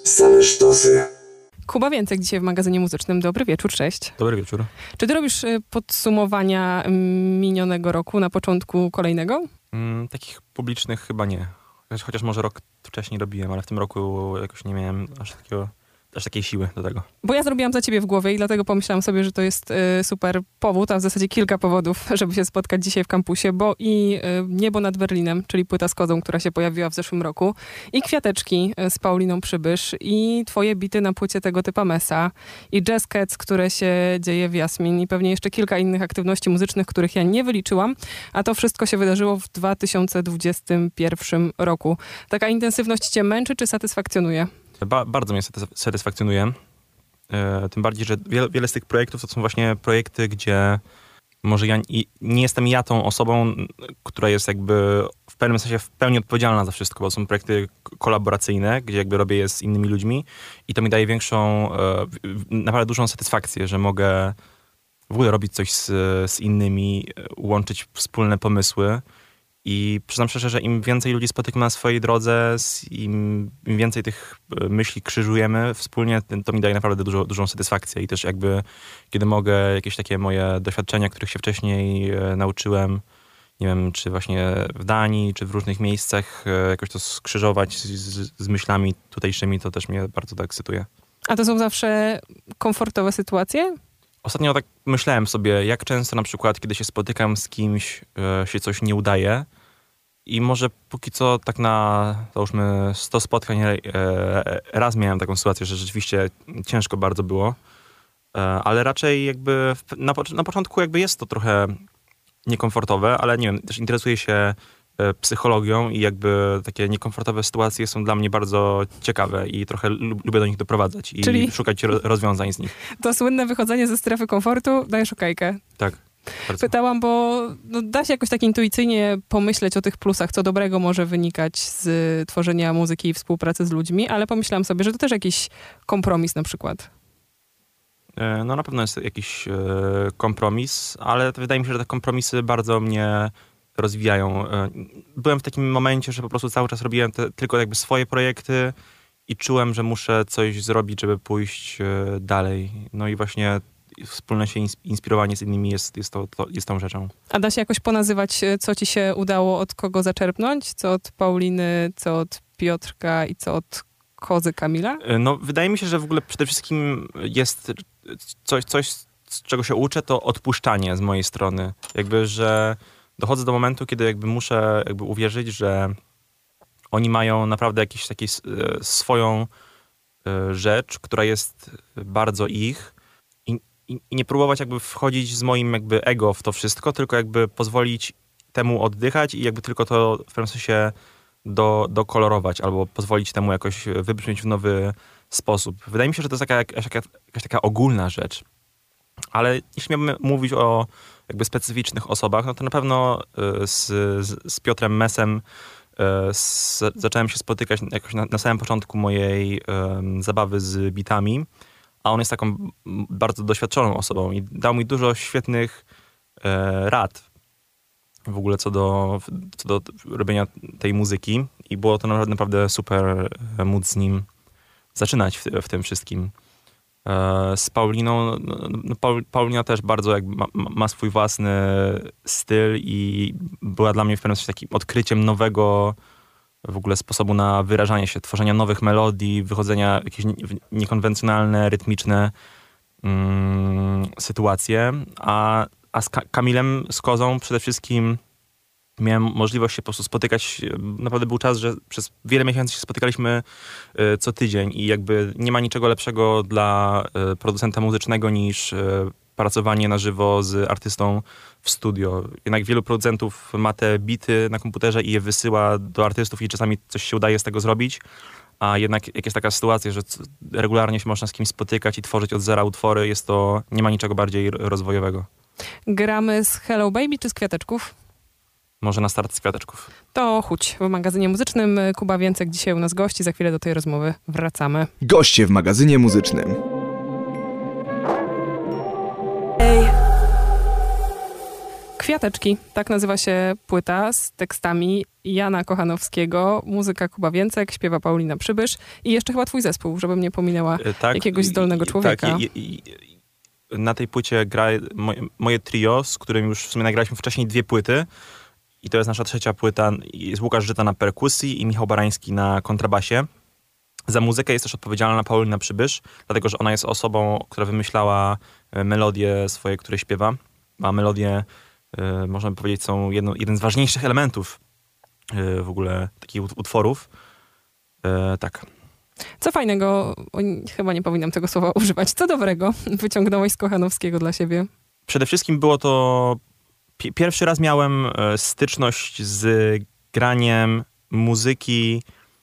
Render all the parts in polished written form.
Same sztosy. Kuba Więcek dzisiaj w magazynie muzycznym. Dobry wieczór, cześć. Dobry wieczór. Czy ty robisz podsumowania minionego roku na początku kolejnego? Takich publicznych chyba nie. Chociaż może rok wcześniej robiłem, ale w tym roku jakoś nie miałem aż takiej siły do tego. Bo ja zrobiłam za ciebie w głowie i dlatego pomyślałam sobie, że to jest super powód, a w zasadzie kilka powodów, żeby się spotkać dzisiaj w kampusie, bo i Niebo nad Berlinem, czyli płyta z Kozą, która się pojawiła w zeszłym roku, i Kwiateczki z Pauliną Przybysz, i twoje bity na płycie Tego Typa Mesa, i Jazz Cats, które się dzieje w Jasmin, i pewnie jeszcze kilka innych aktywności muzycznych, których ja nie wyliczyłam, a to wszystko się wydarzyło w 2021 roku. Taka intensywność cię męczy czy satysfakcjonuje? Bardzo mnie satysfakcjonuje. Tym bardziej, że wiele z tych projektów to są właśnie projekty, gdzie może nie jestem ja tą osobą, która jest jakby w pewnym sensie w pełni odpowiedzialna za wszystko, bo są projekty kolaboracyjne, gdzie jakby robię je z innymi ludźmi i to mi daje większą, naprawdę dużą satysfakcję, że mogę w ogóle robić coś z innymi, łączyć wspólne pomysły. I przyznam szczerze, że im więcej ludzi spotykam na swojej drodze, im więcej tych myśli krzyżujemy wspólnie, to mi daje naprawdę dużą satysfakcję. I też jakby, kiedy mogę jakieś takie moje doświadczenia, których się wcześniej nauczyłem, nie wiem, czy właśnie w Danii, czy w różnych miejscach, jakoś to skrzyżować z myślami tutejszymi, to też mnie bardzo to ekscytuje. A to są zawsze komfortowe sytuacje? Ostatnio tak myślałem sobie, jak często na przykład, kiedy się spotykam z kimś, się coś nie udaje i może póki co tak na, załóżmy, 100 spotkań raz miałem taką sytuację, że rzeczywiście ciężko bardzo było, ale raczej jakby na początku jakby jest to trochę niekomfortowe, ale nie wiem, też interesuję się psychologią i jakby takie niekomfortowe sytuacje są dla mnie bardzo ciekawe i trochę lubię do nich doprowadzać i szukać rozwiązań z nich. To słynne wychodzenie ze strefy komfortu, dajesz okejkę. Tak. Bardzo. Pytałam, bo da się jakoś tak intuicyjnie pomyśleć o tych plusach, co dobrego może wynikać z tworzenia muzyki i współpracy z ludźmi, ale pomyślałam sobie, że to też jakiś kompromis na przykład. No na pewno jest jakiś kompromis, ale to wydaje mi się, że te kompromisy bardzo mnie rozwijają. Byłem w takim momencie, że po prostu cały czas robiłem tylko jakby swoje projekty i czułem, że muszę coś zrobić, żeby pójść dalej. No i właśnie wspólne się inspirowanie z innymi jest tą rzeczą. A da się jakoś ponazywać, co ci się udało od kogo zaczerpnąć? Co od Pauliny, co od Piotrka i co od Kozy Kamila? No wydaje mi się, że w ogóle przede wszystkim jest coś z czego się uczę, to odpuszczanie z mojej strony. Jakby, że dochodzę do momentu, kiedy jakby muszę jakby uwierzyć, że oni mają naprawdę jakąś taką swoją rzecz, która jest bardzo ich i nie próbować jakby wchodzić z moim jakby ego w to wszystko, tylko jakby pozwolić temu oddychać i jakby tylko to w pewnym sensie dokolorować albo pozwolić temu jakoś wybrzmieć w nowy sposób. Wydaje mi się, że to jest jakaś taka ogólna rzecz. Ale jeśli miałbym mówić o jakby specyficznych osobach, no to na pewno z Piotrem Mesem zacząłem się spotykać jakoś na samym początku mojej zabawy z bitami, a on jest taką bardzo doświadczoną osobą i dał mi dużo świetnych rad w ogóle co do robienia tej muzyki i było to naprawdę super móc z nim zaczynać w tym wszystkim. Z Pauliną, Paulina też bardzo jakby ma swój własny styl i była dla mnie w pewnym sensie takim odkryciem nowego w ogóle sposobu na wyrażanie się, tworzenia nowych melodii, wychodzenia w jakieś niekonwencjonalne, rytmiczne sytuacje. A z Kamilem, z Kozą przede wszystkim miałem możliwość się po prostu spotykać. Naprawdę był czas, że przez wiele miesięcy się spotykaliśmy co tydzień i jakby nie ma niczego lepszego dla producenta muzycznego niż pracowanie na żywo z artystą w studio. Jednak wielu producentów ma te bity na komputerze i je wysyła do artystów i czasami coś się udaje z tego zrobić, a jednak jak jest taka sytuacja, że regularnie się można z kimś spotykać i tworzyć od zera utwory, nie ma niczego bardziej rozwojowego. Gramy z Hello Baby czy z Kwiateczków? Może na start z Kwiateczków. To chódź. W magazynie muzycznym Kuba Więcek dzisiaj u nas gości. Za chwilę do tej rozmowy wracamy. Goście w magazynie muzycznym. Kwiateczki, tak nazywa się płyta z tekstami Jana Kochanowskiego, muzyka Kuba Więcek, śpiewa Paulina Przybysz i jeszcze chyba twój zespół, żebym nie pominęła jakiegoś zdolnego człowieka. Tak, na tej płycie gra moje trio, z którym już w sumie nagraliśmy wcześniej 2 płyty i to jest nasza 3. płyta. Jest Łukasz Żyta na perkusji i Michał Barański na kontrabasie. Za muzykę jest też odpowiedzialna Paulina Przybysz, dlatego że ona jest osobą, która wymyślała melodie swoje, które śpiewa. A melodie, można by powiedzieć, są jeden z ważniejszych elementów w ogóle takich utworów. Tak. Co fajnego, chyba nie powinnam tego słowa używać, co dobrego wyciągnąłeś z Kochanowskiego dla siebie? Przede wszystkim było to... Pierwszy raz miałem styczność z graniem muzyki,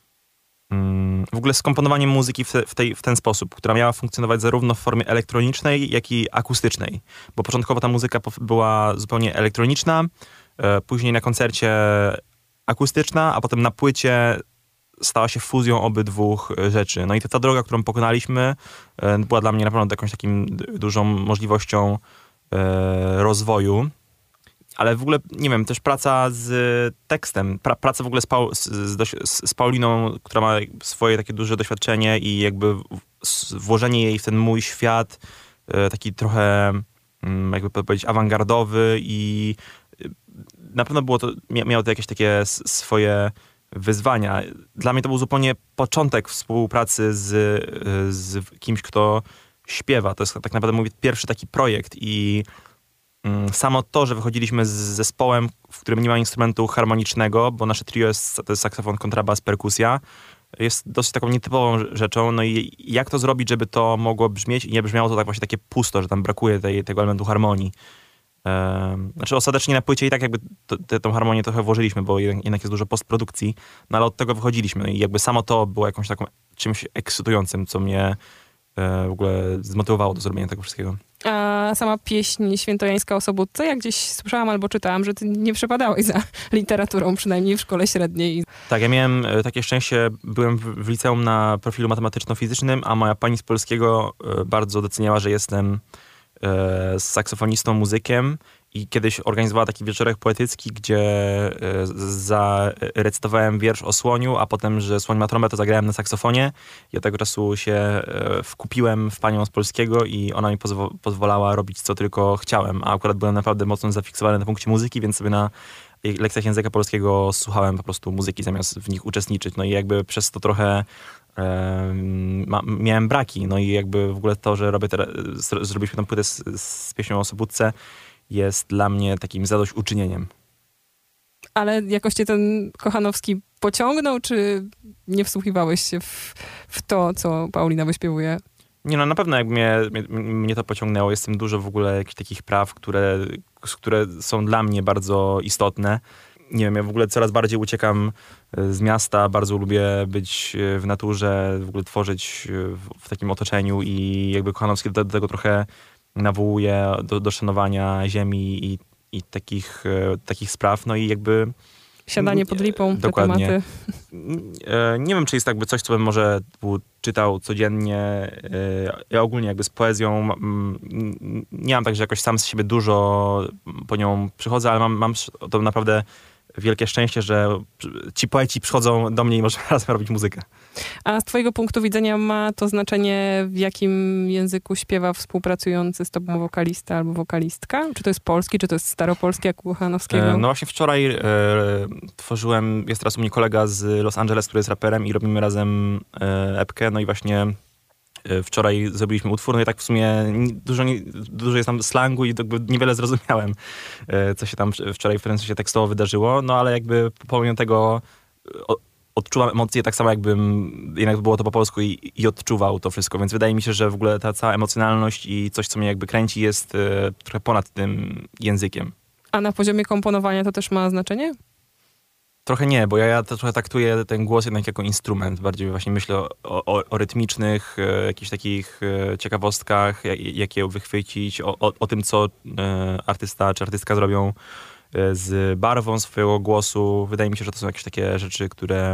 w ogóle skomponowaniem muzyki w ten sposób, która miała funkcjonować zarówno w formie elektronicznej, jak i akustycznej. Bo początkowo ta muzyka była zupełnie elektroniczna, później na koncercie akustyczna, a potem na płycie stała się fuzją obydwu rzeczy. No i ta droga, którą pokonaliśmy, była dla mnie naprawdę jakąś takim dużą możliwością rozwoju. Ale w ogóle, nie wiem, też praca z tekstem, praca w ogóle z Pauliną, która ma swoje takie duże doświadczenie i jakby włożenie jej w ten mój świat, taki trochę, jakby powiedzieć, awangardowy i na pewno miało to jakieś takie swoje wyzwania. Dla mnie to był zupełnie początek współpracy z kimś, kto śpiewa. To jest tak naprawdę mój pierwszy taki projekt i samo to, że wychodziliśmy z zespołem, w którym nie ma instrumentu harmonicznego, bo nasze trio to jest saksofon, kontrabas, perkusja, jest dosyć taką nietypową rzeczą. No i jak to zrobić, żeby to mogło brzmieć i nie brzmiało to tak właśnie takie pusto, że tam brakuje tego elementu harmonii. Znaczy ostatecznie na płycie i tak jakby tą harmonię trochę włożyliśmy, bo jednak jest dużo postprodukcji, no ale od tego wychodziliśmy. No i jakby samo to było jakąś taką czymś ekscytującym, co mnie w ogóle zmotywowało do zrobienia tego wszystkiego. A sama pieśń świętojańska o Sobótce, jak gdzieś słyszałam albo czytałam, że ty nie przepadałeś za literaturą, przynajmniej w szkole średniej. Tak, ja miałem takie szczęście, byłem w liceum na profilu matematyczno-fizycznym, a moja pani z polskiego bardzo doceniała, że jestem saksofonistą, muzykiem i kiedyś organizowała taki wieczorek poetycki, gdzie zarecytowałem wiersz o słoniu, a potem, że słoń ma trąbę, to zagrałem na saksofonie. I od tego czasu się wkupiłem w panią z polskiego i ona mi pozwalała robić, co tylko chciałem. A akurat byłem naprawdę mocno zafiksowany na punkcie muzyki, więc sobie na lekcjach języka polskiego słuchałem po prostu muzyki, zamiast w nich uczestniczyć. No i jakby przez to trochę miałem braki. No i jakby w ogóle to, że zrobiliśmy tą płytę z pieśnią o Sobótce, jest dla mnie takim zadośćuczynieniem. Ale jakoś cię ten Kochanowski pociągnął, czy nie wsłuchiwałeś się w to, co Paulina wyśpiewuje? Nie no, na pewno jak mnie to pociągnęło. Jestem dużo w ogóle jakichś takich praw, które są dla mnie bardzo istotne. Nie wiem, ja w ogóle coraz bardziej uciekam z miasta, bardzo lubię być w naturze, w ogóle tworzyć w takim otoczeniu i jakby Kochanowski do tego trochę nawołuje do szanowania ziemi i takich spraw, no i jakby... Siadanie pod lipą, dokładnie. Te tematy. Nie wiem, czy jest jakby coś, co bym może czytał codziennie. Ja ogólnie jakby z poezją nie mam tak, że jakoś sam z siebie dużo po nią przychodzę, ale mam to naprawdę wielkie szczęście, że ci poeci przychodzą do mnie i możemy razem robić muzykę. A z twojego punktu widzenia ma to znaczenie, w jakim języku śpiewa współpracujący z tobą wokalista albo wokalistka? Czy to jest polski, czy to jest staropolski jak u Kochanowskiego? No właśnie wczoraj tworzyłem, jest teraz u mnie kolega z Los Angeles, który jest raperem i robimy razem epkę, no i właśnie wczoraj zrobiliśmy utwór, no i tak w sumie dużo jest tam slangu i niewiele zrozumiałem, co się tam wczoraj w sensie tekstowo wydarzyło, no ale jakby pomimo tego odczuwam emocje tak samo, jakbym jednak było to po polsku i odczuwał to wszystko, więc wydaje mi się, że w ogóle ta cała emocjonalność i coś, co mnie jakby kręci, jest trochę ponad tym językiem. A na poziomie komponowania to też ma znaczenie? Trochę nie, bo ja to trochę traktuję ten głos jednak jako instrument. Bardziej właśnie myślę o rytmicznych, jakichś takich ciekawostkach, jak je wychwycić, o tym, co artysta czy artystka zrobią z barwą swojego głosu. Wydaje mi się, że to są jakieś takie rzeczy, które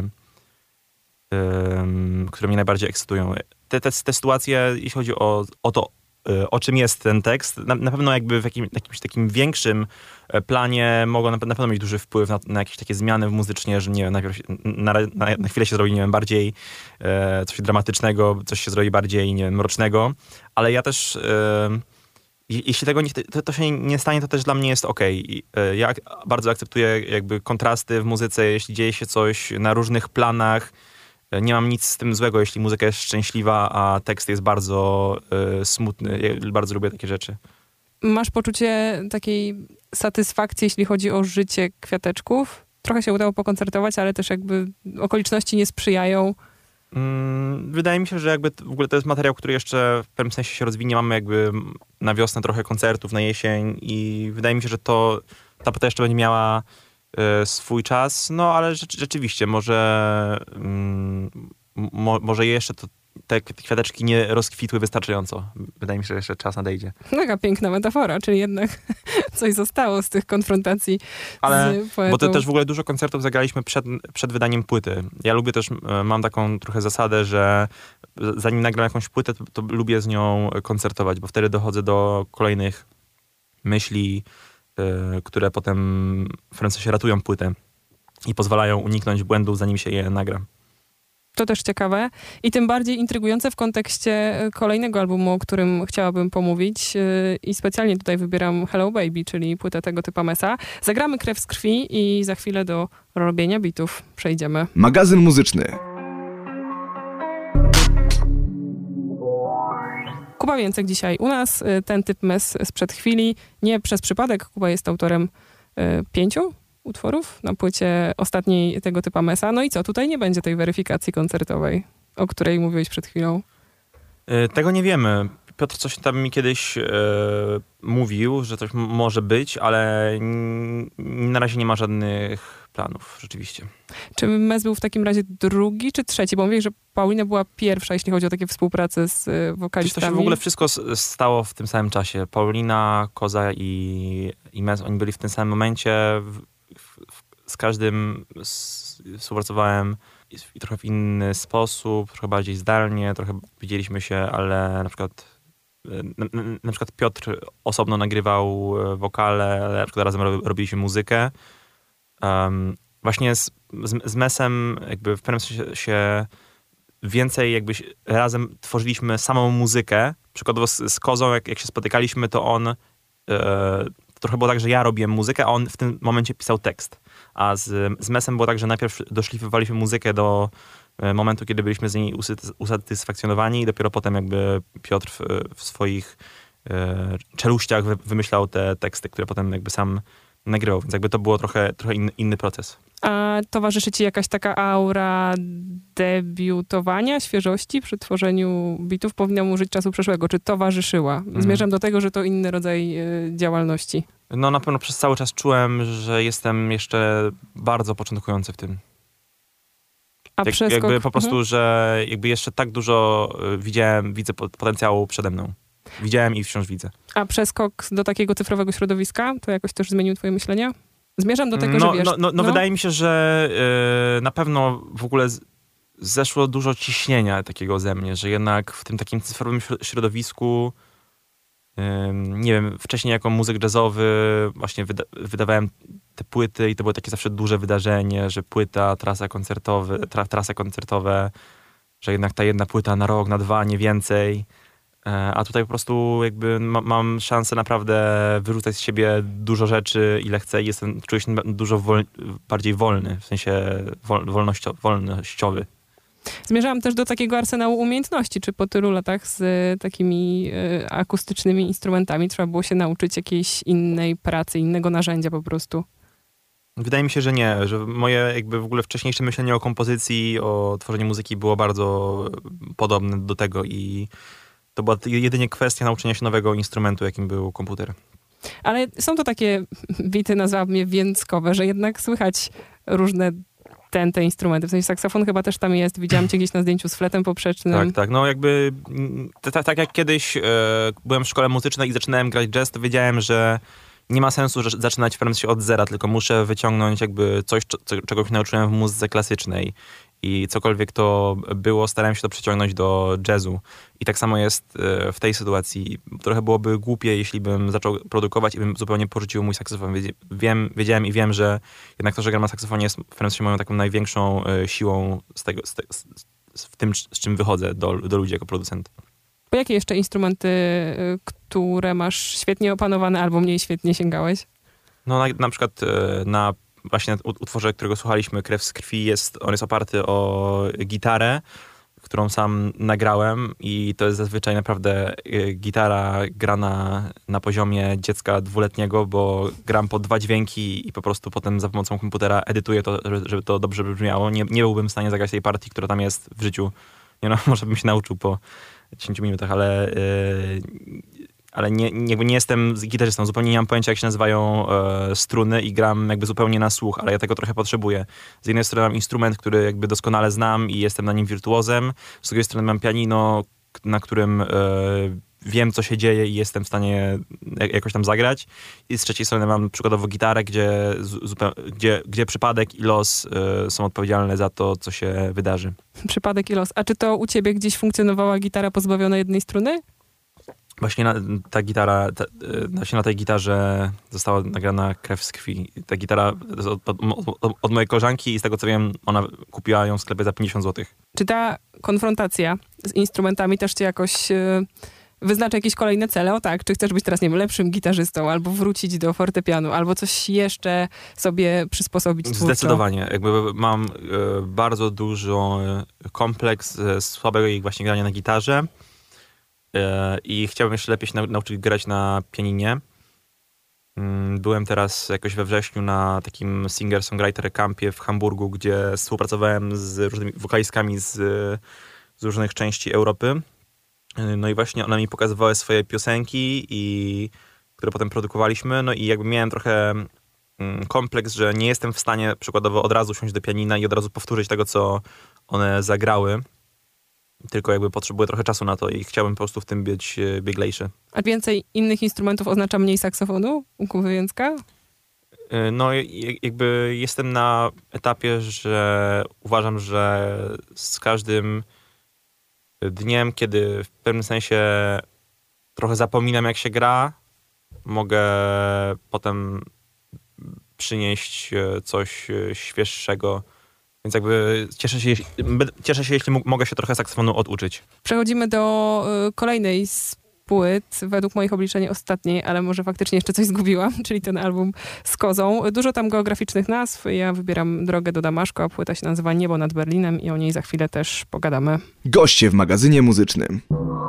mnie najbardziej ekscytują. Te sytuacje, jeśli chodzi o to, o czym jest ten tekst. Na pewno jakby w jakimś takim większym planie mogą na pewno mieć duży wpływ na jakieś takie zmiany muzycznie, że nie wiem, najpierw na chwilę się zrobi, nie wiem, bardziej coś dramatycznego, coś się zrobi bardziej, nie wiem, mrocznego, ale ja też jeśli tego to się nie stanie, to też dla mnie jest okej. Ja bardzo akceptuję jakby kontrasty w muzyce, jeśli dzieje się coś na różnych planach. Nie mam nic z tym złego, jeśli muzyka jest szczęśliwa, a tekst jest bardzo smutny. Ja bardzo lubię takie rzeczy. Masz poczucie takiej satysfakcji, jeśli chodzi o życie Kwiateczków? Trochę się udało pokoncertować, ale też jakby okoliczności nie sprzyjają. Wydaje mi się, że jakby w ogóle to jest materiał, który jeszcze w pewnym sensie się rozwinie. Mamy jakby na wiosnę trochę koncertów, na jesień i wydaje mi się, że ta płyta jeszcze będzie miała swój czas, no ale rzeczywiście może jeszcze te kwiateczki nie rozkwitły wystarczająco. Wydaje mi się, że jeszcze czas nadejdzie. Taka piękna metafora, czyli jednak coś zostało z tych konfrontacji z poetą. Bo to też w ogóle dużo koncertów zagraliśmy przed wydaniem płyty. Ja lubię też, mam taką trochę zasadę, że zanim nagram jakąś płytę, to lubię z nią koncertować, bo wtedy dochodzę do kolejnych myśli, które potem w pewnym sensie ratują płytę i pozwalają uniknąć błędów, zanim się je nagra. To też ciekawe i tym bardziej intrygujące w kontekście kolejnego albumu, o którym chciałabym pomówić i specjalnie tutaj wybieram Hello Baby, czyli płytę tego typu Mesa. Zagramy Krew z krwi i za chwilę do robienia bitów przejdziemy. Magazyn muzyczny. Kuba Więcek dzisiaj u nas, ten typ Mes sprzed chwili. Nie przez przypadek, Kuba jest autorem 5 utworów na płycie ostatniej tego typu Mesa. No i co, tutaj nie będzie tej weryfikacji koncertowej, o której mówiłeś przed chwilą. Tego nie wiemy. Piotr coś tam mi kiedyś mówił, że coś może być, ale na razie nie ma żadnych planów, rzeczywiście. Czy Mes był w takim razie drugi czy trzeci? Bo mówię, że Paulina była pierwsza, jeśli chodzi o takie współpracę z wokalistami. To się w ogóle wszystko stało w tym samym czasie. Paulina, Koza i Mes, oni byli w tym samym momencie. Z każdym współpracowałem i trochę w inny sposób, trochę bardziej zdalnie, trochę widzieliśmy się, ale na przykład Piotr osobno nagrywał wokale, ale na przykład razem robiliśmy muzykę. Właśnie z Mesem jakby w pewnym sensie więcej jakby razem tworzyliśmy samą muzykę. Przykładowo z Kozą, jak się spotykaliśmy, to on trochę było tak, że ja robiłem muzykę, a on w tym momencie pisał tekst. A z Mesem było tak, że najpierw doszlifowaliśmy muzykę do momentu, kiedy byliśmy z niej usatysfakcjonowani i dopiero potem jakby Piotr w swoich czeluściach wymyślał te teksty, które potem jakby sam nagrywał. Więc jakby to było trochę inny proces. A towarzyszy ci jakaś taka aura debiutowania, świeżości przy tworzeniu bitów? Powinnam użyć czasu przeszłego. Czy towarzyszyła? Zmierzam do tego, że to inny rodzaj działalności. No na pewno przez cały czas czułem, że jestem jeszcze bardzo początkujący w tym. A przeskok? Jakby po prostu, że jakby jeszcze tak dużo widzę potencjału przede mną. Widziałem i wciąż widzę. A przeskok do takiego cyfrowego środowiska, to jakoś też zmienił twoje myślenie? Zmierzam do tego, że wiesz... Wydaje mi się, że na pewno w ogóle zeszło dużo ciśnienia takiego ze mnie, że jednak w tym takim cyfrowym środowisku nie wiem, wcześniej jako muzyk jazzowy właśnie wydawałem te płyty i to było takie zawsze duże wydarzenie, że płyta, trasy koncertowe, że jednak ta jedna płyta na rok, na 2, nie więcej. A tutaj po prostu jakby mam szansę naprawdę wyrzucać z siebie dużo rzeczy, ile chcę i czuję się dużo bardziej wolny, w sensie wolnościowy. Zmierzałam też do takiego arsenału umiejętności. Czy po tylu latach z takimi akustycznymi instrumentami trzeba było się nauczyć jakiejś innej pracy, innego narzędzia po prostu? Wydaje mi się, że nie. Że moje jakby w ogóle wcześniejsze myślenie o kompozycji, o tworzeniu muzyki było bardzo podobne do tego i to była jedynie kwestia nauczenia się nowego instrumentu, jakim był komputer. Ale są to takie bity, nazwałabym je więckowe, że jednak słychać różne te instrumenty. W sensie saksofon chyba też tam jest. Widziałam cię gdzieś na zdjęciu z fletem poprzecznym. Tak. No jakby tak jak kiedyś byłem w szkole muzycznej i zaczynałem grać jazz, to wiedziałem, że nie ma sensu zaczynać w pewnym sensie od zera, tylko muszę wyciągnąć jakby coś, czego się nauczyłem w muzyce klasycznej. I cokolwiek to było, starałem się to przeciągnąć do jazzu. I tak samo jest w tej sytuacji. Trochę byłoby głupie, jeśli bym zaczął produkować i bym zupełnie porzucił mój saksofon. Wiedziałem i wiem, że jednak to, że gram na saksofonie jest w pewnym sensie moją taką największą siłą w tym, z czym wychodzę do ludzi jako producent. Po jakie jeszcze instrumenty, które masz świetnie opanowane albo mniej świetnie sięgałeś? No na przykład na właśnie utworze, którego słuchaliśmy, Krew z krwi, on jest oparty o gitarę, którą sam nagrałem i to jest zazwyczaj naprawdę gitara grana na poziomie dziecka 2-letniego, bo gram po 2 dźwięki i po prostu potem za pomocą komputera edytuję to, żeby to dobrze brzmiało. Nie byłbym w stanie zagrać tej partii, która tam jest w życiu. Nie no, może bym się nauczył po 10 minutach, ale nie jestem gitarzystą, zupełnie nie mam pojęcia, jak się nazywają struny i gram jakby zupełnie na słuch, ale ja tego trochę potrzebuję. Z jednej strony mam instrument, który jakby doskonale znam i jestem na nim wirtuozem, z drugiej strony mam pianino, na którym wiem, co się dzieje i jestem w stanie jakoś tam zagrać. I z trzeciej strony mam przykładowo gitarę, gdzie przypadek i los są odpowiedzialne za to, co się wydarzy. Przypadek i los. A czy to u ciebie gdzieś funkcjonowała gitara pozbawiona jednej struny? Właśnie na tej gitarze została nagrana Krew z krwi. Ta gitara od mojej koleżanki i z tego co wiem, ona kupiła ją w sklepie za 50 zł. Czy ta konfrontacja z instrumentami też cię jakoś wyznacza jakieś kolejne cele? O tak, czy chcesz być teraz, nie wiem, lepszym gitarzystą, albo wrócić do fortepianu, albo coś jeszcze sobie przysposobić twórczo? Zdecydowanie. Jakby mam bardzo dużo kompleks słabego właśnie grania na gitarze. I chciałbym jeszcze lepiej się nauczyć grać na pianinie. Byłem teraz jakoś we wrześniu na takim singer-songwriter campie w Hamburgu, gdzie współpracowałem z różnymi wokalistkami z różnych części Europy. No i właśnie one mi pokazywały swoje piosenki, które potem produkowaliśmy. No i jakby miałem trochę kompleks, że nie jestem w stanie przykładowo od razu siąść do pianina i od razu powtórzyć tego, co one zagrały. Tylko jakby potrzebuję trochę czasu na to i chciałbym po prostu w tym być bieglejszy. A więcej innych instrumentów oznacza mniej saksofonu u Kuby Więcka? No jakby jestem na etapie, że uważam, że z każdym dniem, kiedy w pewnym sensie trochę zapominam, jak się gra, mogę potem przynieść coś świeższego. Więc jakby cieszę się, jeśli mogę się trochę saksofonu oduczyć. Przechodzimy do kolejnej z płyt, według moich obliczeń ostatniej, ale może faktycznie jeszcze coś zgubiłam, czyli ten album z Kozą. Dużo tam geograficznych nazw. Ja wybieram Drogę do Damaszku, a płyta się nazywa Niebo nad Berlinem i o niej za chwilę też pogadamy. Goście w magazynie muzycznym.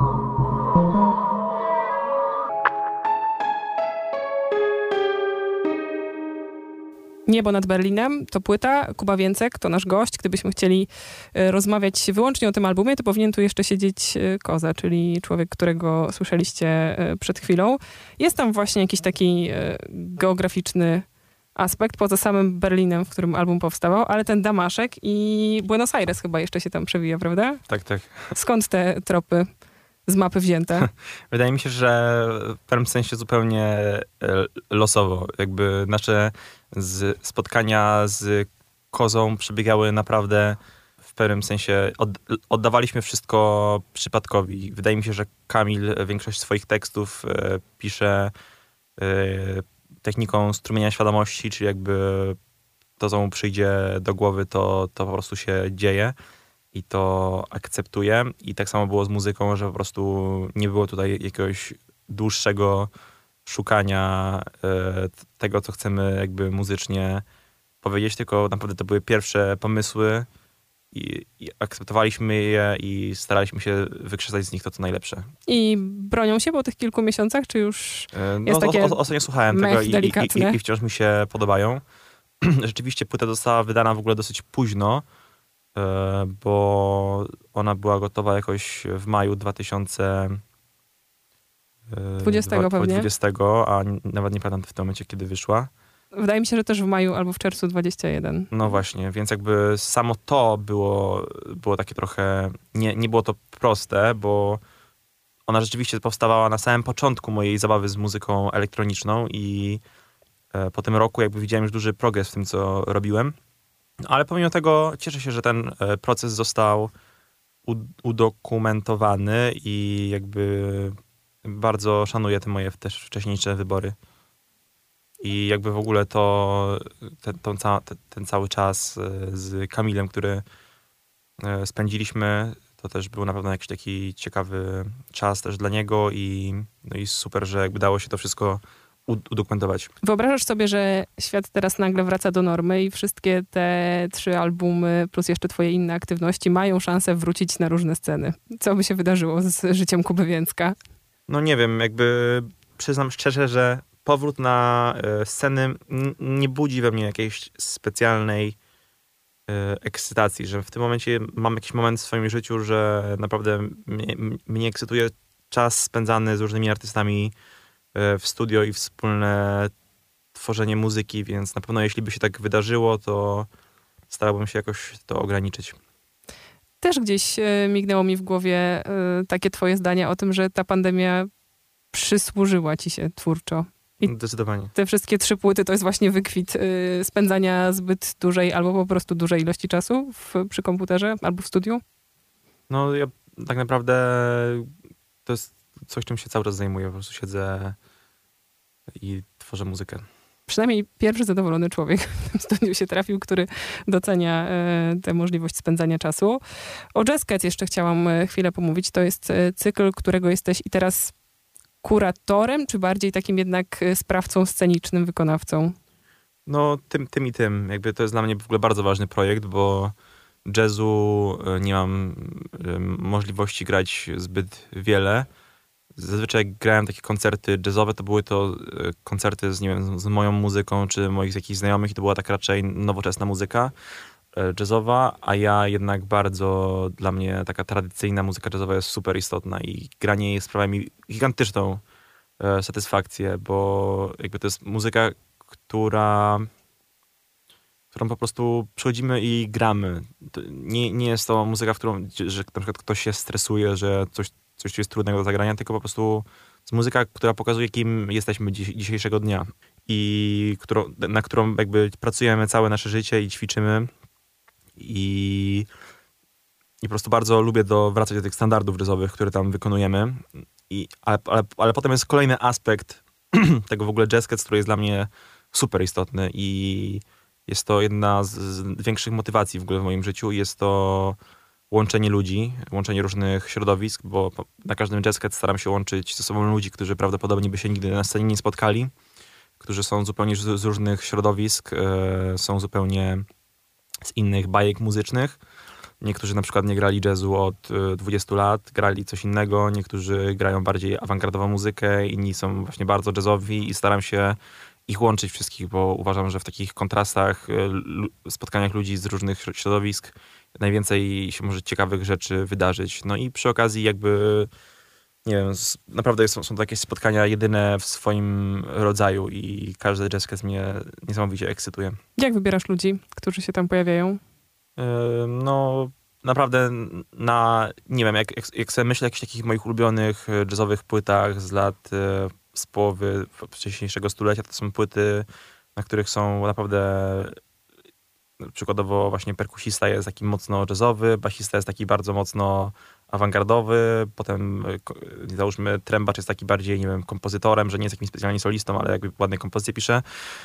Niebo nad Berlinem to płyta, Kuba Więcek to nasz gość. Gdybyśmy chcieli rozmawiać wyłącznie o tym albumie, to powinien tu jeszcze siedzieć Koza, czyli człowiek, którego słyszeliście przed chwilą. Jest tam właśnie jakiś taki geograficzny aspekt, poza samym Berlinem, w którym album powstawał, ale ten Damaszek i Buenos Aires chyba jeszcze się tam przewija, prawda? Tak. Skąd te tropy z mapy wzięte? Wydaje mi się, że w pewnym sensie zupełnie losowo. Jakby nasze spotkania z Kozą przebiegały naprawdę w pewnym sensie. Oddawaliśmy wszystko przypadkowi. Wydaje mi się, że Kamil większość swoich tekstów pisze techniką strumienia świadomości, czyli jakby to, co mu przyjdzie do głowy, to po prostu się dzieje i to akceptuje. I tak samo było z muzyką, że po prostu nie było tutaj jakiegoś dłuższego szukania tego, co chcemy jakby muzycznie powiedzieć, tylko naprawdę to były pierwsze pomysły i akceptowaliśmy je i staraliśmy się wykrzesać z nich to, co najlepsze. I bronią się po tych kilku miesiącach, czy już jest takie ostatnio słuchałem tego i wciąż mi się podobają. Rzeczywiście płyta została wydana w ogóle dosyć późno, bo ona była gotowa jakoś w maju 2020 pewnie. A nawet nie pamiętam w tym momencie, kiedy wyszła. Wydaje mi się, że też w maju albo w czerwcu 21. No właśnie, więc jakby samo to było takie trochę, nie było to proste, bo ona rzeczywiście powstawała na samym początku mojej zabawy z muzyką elektroniczną i po tym roku jakby widziałem już duży progres w tym, co robiłem. Ale pomimo tego cieszę się, że ten proces został udokumentowany i jakby bardzo szanuję te moje też wcześniejsze wybory. I jakby w ogóle ten cały czas z Kamilem, który spędziliśmy, to też był na pewno jakiś taki ciekawy czas też dla niego i super, że jakby dało się to wszystko udokumentować. Wyobrażasz sobie, że świat teraz nagle wraca do normy i wszystkie te 3 albumy plus jeszcze twoje inne aktywności mają szansę wrócić na różne sceny? Co by się wydarzyło z życiem Kuby Więcka? No nie wiem, jakby przyznam szczerze, że powrót na sceny nie budzi we mnie jakiejś specjalnej ekscytacji, że w tym momencie mam jakiś moment w swoim życiu, że naprawdę mnie ekscytuje czas spędzany z różnymi artystami w studio i wspólne tworzenie muzyki, więc na pewno jeśli by się tak wydarzyło, to starałbym się jakoś to ograniczyć. Też gdzieś mignęło mi w głowie takie twoje zdanie o tym, że ta pandemia przysłużyła ci się twórczo. I zdecydowanie. te wszystkie 3 płyty to jest właśnie wykwit spędzania zbyt dużej albo po prostu dużej ilości czasu przy komputerze albo w studiu? No ja tak naprawdę to jest coś, czym się cały czas zajmuję. Po prostu siedzę i tworzę muzykę. Przynajmniej pierwszy zadowolony człowiek w tym studiu się trafił, który docenia tę możliwość spędzania czasu. O Jazz Cats jeszcze chciałam chwilę pomówić. To jest cykl, którego jesteś i teraz kuratorem, czy bardziej takim jednak sprawcą scenicznym, wykonawcą? No tym i tym. Jakby to jest dla mnie w ogóle bardzo ważny projekt, bo jazzu nie mam możliwości grać zbyt wiele. Zazwyczaj jak grałem takie koncerty jazzowe, to były to koncerty z moją muzyką, czy moich jakichś znajomych i to była tak raczej nowoczesna muzyka jazzowa, a ja jednak bardzo, dla mnie taka tradycyjna muzyka jazzowa jest super istotna i granie jej sprawia mi gigantyczną satysfakcję, bo jakby to jest muzyka, którą po prostu przychodzimy i gramy. Nie jest to muzyka, w którą, że na przykład ktoś się stresuje, że coś jest trudnego do zagrania, tylko po prostu jest muzyka, która pokazuje, kim jesteśmy dzisiejszego dnia i na którą jakby pracujemy całe nasze życie i ćwiczymy i po prostu bardzo lubię wracać do tych standardów jazzowych, które tam wykonujemy. Ale potem jest kolejny aspekt tego w ogóle Jazz Cats, który jest dla mnie super istotny i jest to jedna z większych motywacji w ogóle w moim życiu. Jest to łączenie ludzi, łączenie różnych środowisk, bo na każdym Jazz Cats staram się łączyć ze sobą ludzi, którzy prawdopodobnie by się nigdy na scenie nie spotkali, którzy są zupełnie z różnych środowisk, są zupełnie z innych bajek muzycznych. Niektórzy na przykład nie grali jazzu od 20 lat, grali coś innego, niektórzy grają bardziej awangardową muzykę, inni są właśnie bardzo jazzowi i staram się ich łączyć wszystkich, bo uważam, że w takich kontrastach, spotkaniach ludzi z różnych środowisk najwięcej się może ciekawych rzeczy wydarzyć. No i przy okazji jakby, nie wiem, naprawdę są to jakieś spotkania jedyne w swoim rodzaju i każdy Jazz Cats mnie niesamowicie ekscytuje. Jak wybierasz ludzi, którzy się tam pojawiają? No naprawdę nie wiem, jak sobie myślę o jakichś takich moich ulubionych jazzowych płytach z lat z połowy wcześniejszego stulecia, to są płyty, na których są naprawdę przykładowo właśnie perkusista jest taki mocno jazzowy, basista jest taki bardzo mocno awangardowy, potem załóżmy trębacz jest taki bardziej, nie wiem, kompozytorem, że nie jest jakimś specjalnie solistą, ale jakby ładne kompozycje pisze.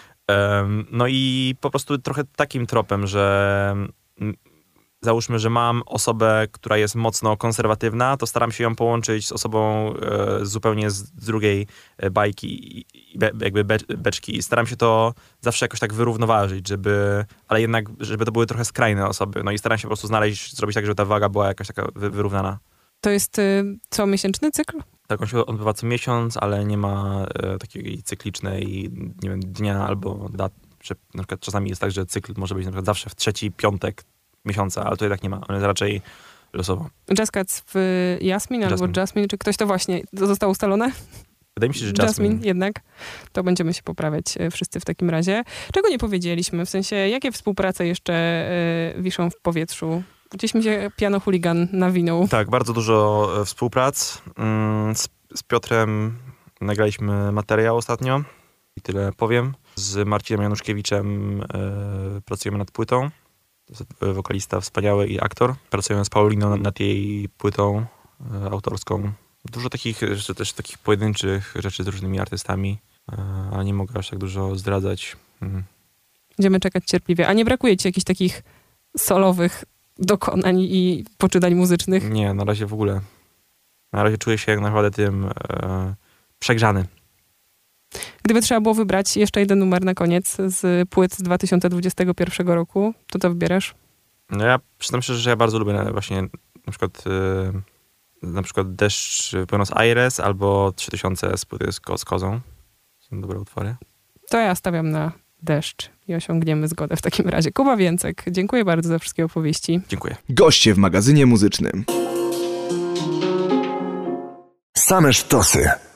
No i po prostu trochę takim tropem, że załóżmy, że mam osobę, która jest mocno konserwatywna, to staram się ją połączyć z osobą zupełnie z drugiej bajki, jakby beczki. I staram się to zawsze jakoś tak wyrównoważyć, ale jednak, żeby to były trochę skrajne osoby. No i staram się po prostu zrobić tak, żeby ta waga była jakaś taka wyrównana. To jest comiesięczny cykl? Tak, on się odbywa co miesiąc, ale nie ma takiej cyklicznej, nie wiem, dnia albo dat. Na przykład czasami jest tak, że cykl może być na przykład zawsze w 3. piątek miesiąca, ale tutaj tak nie ma. On jest raczej losowo. Jazz Cats w Jasmin albo Jasmine, czy ktoś to właśnie zostało ustalone? Wydaje mi się, że Jasmine jednak. To będziemy się poprawiać wszyscy w takim razie. Czego nie powiedzieliśmy? W sensie, jakie współprace jeszcze wiszą w powietrzu? Gdzieś mi się Piano Hooligan nawinął. Tak, bardzo dużo współprac. Z Piotrem nagraliśmy materiał ostatnio i tyle powiem. Z Marcinem Januszkiewiczem pracujemy nad płytą. wokalista wspaniały i aktor. Pracują z Pauliną nad jej płytą autorską. Dużo takich jeszcze też takich pojedynczych rzeczy z różnymi artystami, ale nie mogę aż tak dużo zdradzać. Będziemy czekać cierpliwie. A nie brakuje ci jakichś takich solowych dokonań i poczynań muzycznych? Nie, na razie w ogóle. Na razie czuję się jak naprawdę tym przegrzany. Gdyby trzeba było wybrać jeszcze jeden numer na koniec z płyt z 2021 roku, to co wybierasz? No ja przyznam szczerze, że ja bardzo lubię właśnie na przykład Deszcz Buenos Aires albo 3000 z płyty z Kozą. Są dobre utwory. To ja stawiam na Deszcz i osiągniemy zgodę w takim razie. Kuba Więcek, dziękuję bardzo za wszystkie opowieści. Dziękuję. Goście w magazynie muzycznym. Same sztosy.